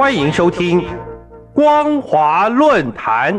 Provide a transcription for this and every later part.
欢迎收听光华论坛。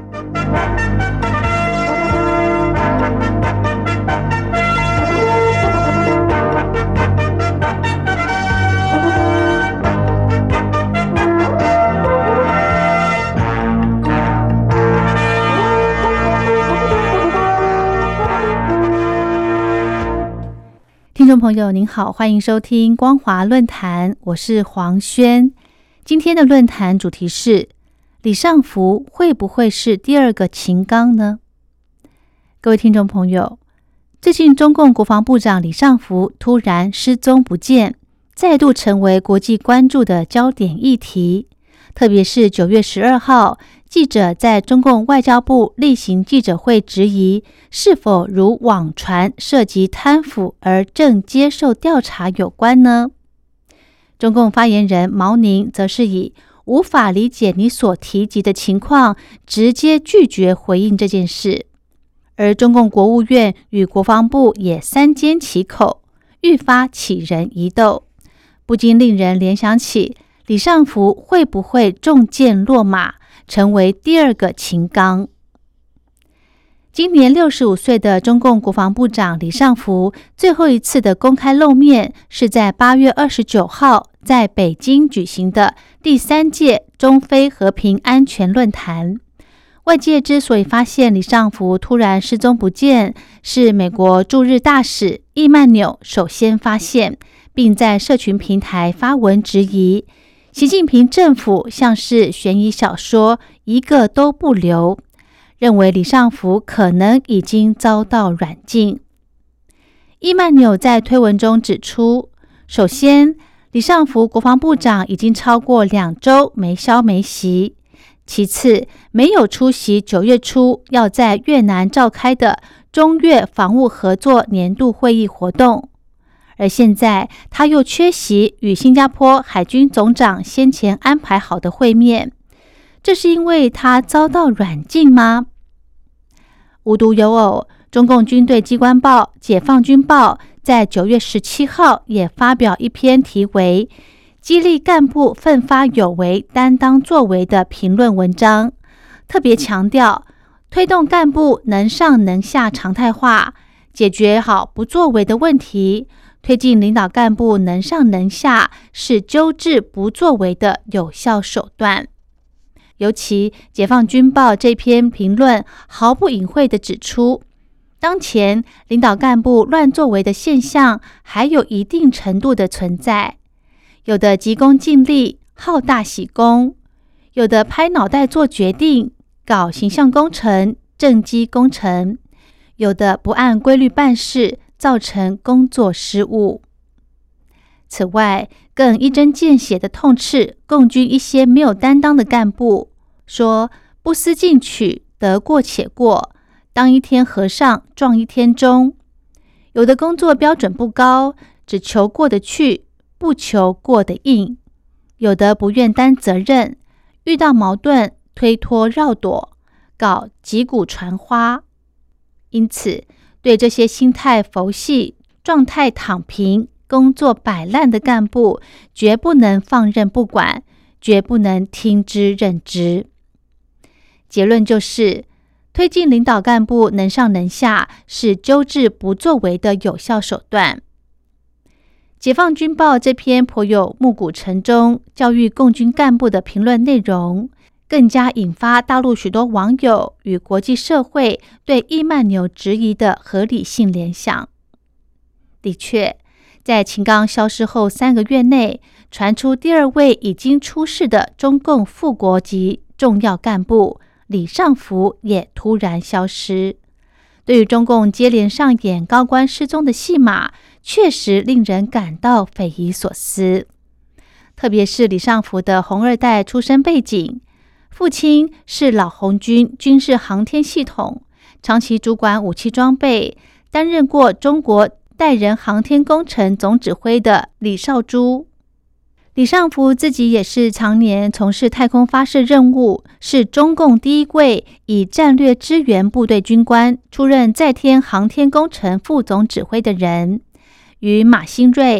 听众朋友您好，欢迎收听光华论坛，我是黄轩。今天的论坛主题是李尚福会不会是第二个秦刚呢？各位听众朋友，最近中共国防部长李尚福突然失踪不见，再度成为国际关注的焦点议题。特别是9月12号，记者在中共外交部例行记者会质疑是否如网传涉及贪腐而正接受调查有关呢？中共发言人毛宁则是以无法理解你所提及的情况，直接拒绝回应这件事。而中共国务院与国防部也三缄其口，愈发起人疑窦，不禁令人联想起李尚福会不会中箭落马，成为第二个秦刚。今年65岁的中共国防部长李尚福最后一次的公开露面是在8月29号在北京举行的第3届中非和平安全论坛。外界之所以发现李尚福突然失踪不见，是美国驻日大使易曼纽首先发现，并在社群平台发文质疑习近平政府像是悬疑小说，一个都不留，认为李尚福可能已经遭到软禁。易曼纽在推文中指出，首先，李尚福国防部长已经超过2周没消没息，其次，没有出席9月初要在越南召开的中越防务合作年度会议活动，而现在他又缺席与新加坡海军总长先前安排好的会面，这是因为他遭到软禁吗？无独有偶，中共军队机关报《解放军报》在9月17号也发表一篇题为“激励干部奋发有为、担当作为”的评论文章，特别强调推动干部能上能下常态化，解决好不作为的问题，推进领导干部能上能下，是纠治不作为的有效手段。尤其《解放军报》这篇评论毫不隐晦地指出，当前领导干部乱作为的现象还有一定程度的存在，有的急功近利、好大喜功，有的拍脑袋做决定、搞形象工程、政绩工程，有的不按规律办事，造成工作失误。此外，更一针见血地痛斥共军一些没有担当的干部，说不思进取，得过且过，当一天和尚撞一天钟。有的工作标准不高，只求过得去，不求过得硬；有的不愿担责任，遇到矛盾推脱绕躲，搞击鼓传花。因此，对这些心态佛系、状态躺平、工作摆烂的干部，绝不能放任不管，绝不能听之任之。结论就是，推进领导干部能上能下，是纠治不作为的有效手段。解放军报这篇颇有暮鼓晨钟、教育共军干部的评论内容，更加引发大陆许多网友与国际社会对易曼纽质疑的合理性联想。的确，在秦刚消失后3个月内，传出第2位已经出事的中共副国级重要干部李尚福也突然消失。对于中共接连上演高官失踪的戏码，确实令人感到匪夷所思。特别是李尚福的红二代出身背景，父亲是老红军军事航天系统，长期主管武器装备，担任过中国载人航天工程总指挥的李少珠。李尚福自己也是常年从事太空发射任务，是中共第1位以战略支援部队军官出任载天航天工程副总指挥的人，与马兴瑞、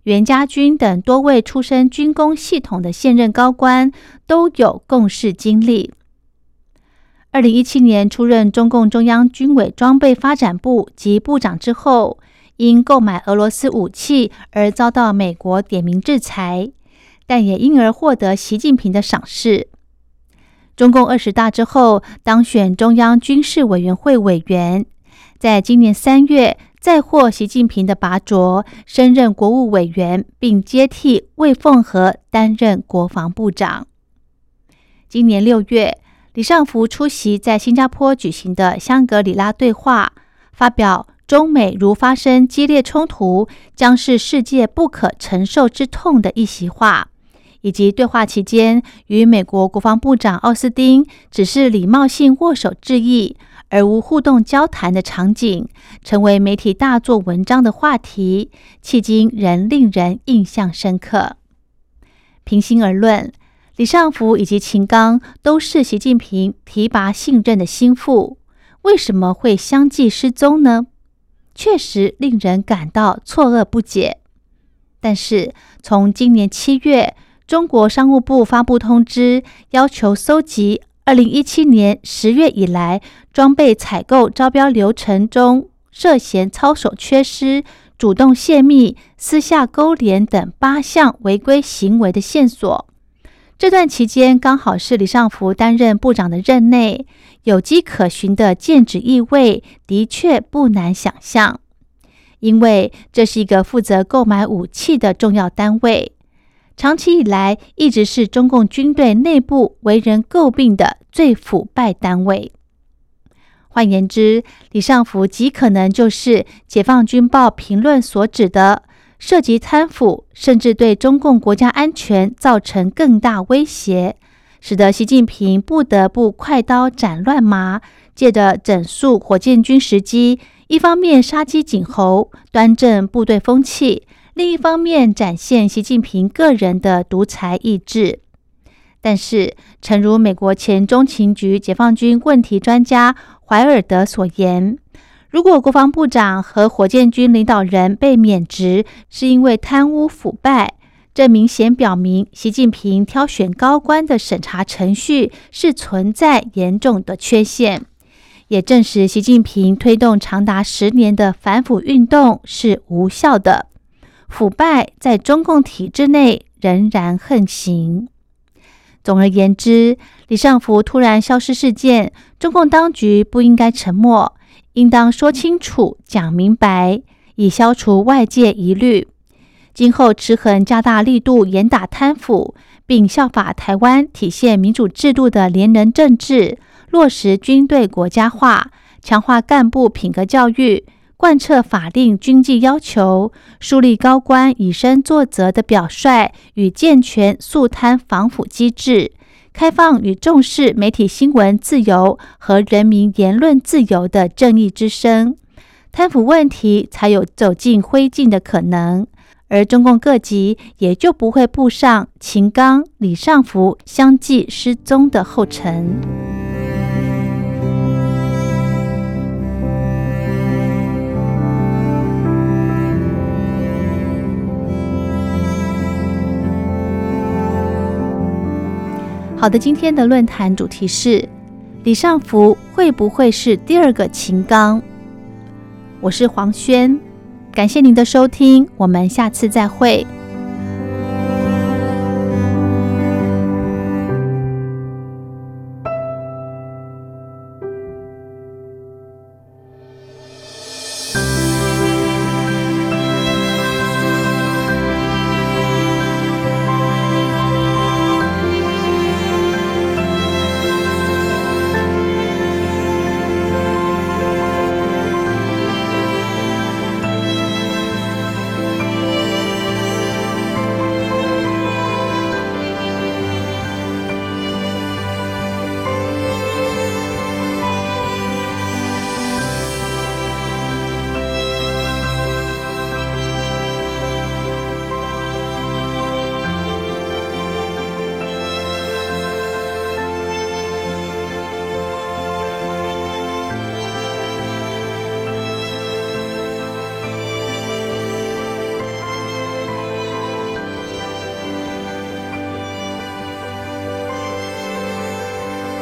袁家军等多位出身军工系统的现任高官都有共事经历。2017年出任中共中央军委装备发展部及部长之后，因购买俄罗斯武器而遭到美国点名制裁，但也因而获得习近平的赏识。中共20大之后当选中央军事委员会委员，在今年3月再获习近平的拔擢，升任国务委员，并接替魏凤和担任国防部长。今年6月，李尚福出席在新加坡举行的香格里拉对话，发表中美如发生激烈冲突，将是世界不可承受之痛的一席话，以及对话期间与美国国防部长奥斯汀只是礼貌性握手致意，而无互动交谈的场景，成为媒体大做文章的话题，迄今仍令人印象深刻。平心而论，李尚福以及秦刚都是习近平提拔信任的心腹，为什么会相继失踪呢？确实令人感到错愕不解。但是从今年7月，中国商务部发布通知，要求搜集2017年10月以来装备采购招标流程中涉嫌操守缺失、主动泄密、私下勾连等8项违规行为的线索。这段期间刚好是李尚福担任部长的任内，有迹可循的剑指意味的确不难想象，因为这是一个负责购买武器的重要单位，长期以来一直是中共军队内部为人诟病的最腐败单位。换言之，李尚福极可能就是解放军报评论所指的涉及贪腐，甚至对中共国家安全造成更大威胁，使得习近平不得不快刀斩乱麻，借着整肃火箭军时机，一方面杀鸡儆猴，端正部队风气，另一方面展现习近平个人的独裁意志。但是，诚如美国前中情局解放军问题专家怀尔德所言，如果国防部长和火箭军领导人被免职是因为贪污腐败，这明显表明习近平挑选高官的审查程序是存在严重的缺陷，也证实习近平推动长达10年的反腐运动是无效的，腐败在中共体制内仍然横行。总而言之，李尚福突然消失事件，中共当局不应该沉默，应当说清楚、讲明白，以消除外界疑虑。今后持衡加大力度严打贪腐，并效法台湾体现民主制度的廉能政治，落实军队国家化，强化干部品格教育，贯彻法令军纪要求，树立高官以身作则的表率与健全肃贪防腐机制，开放与重视媒体新闻自由和人民言论自由的正义之声，贪腐问题才有走进灰烬的可能，而中共各级也就不会步上秦刚、李尚福相继失踪的后尘。好的，今天的论坛主题是李尚福会不会是第二个秦刚？我是黄轩，感谢您的收听，我们下次再会。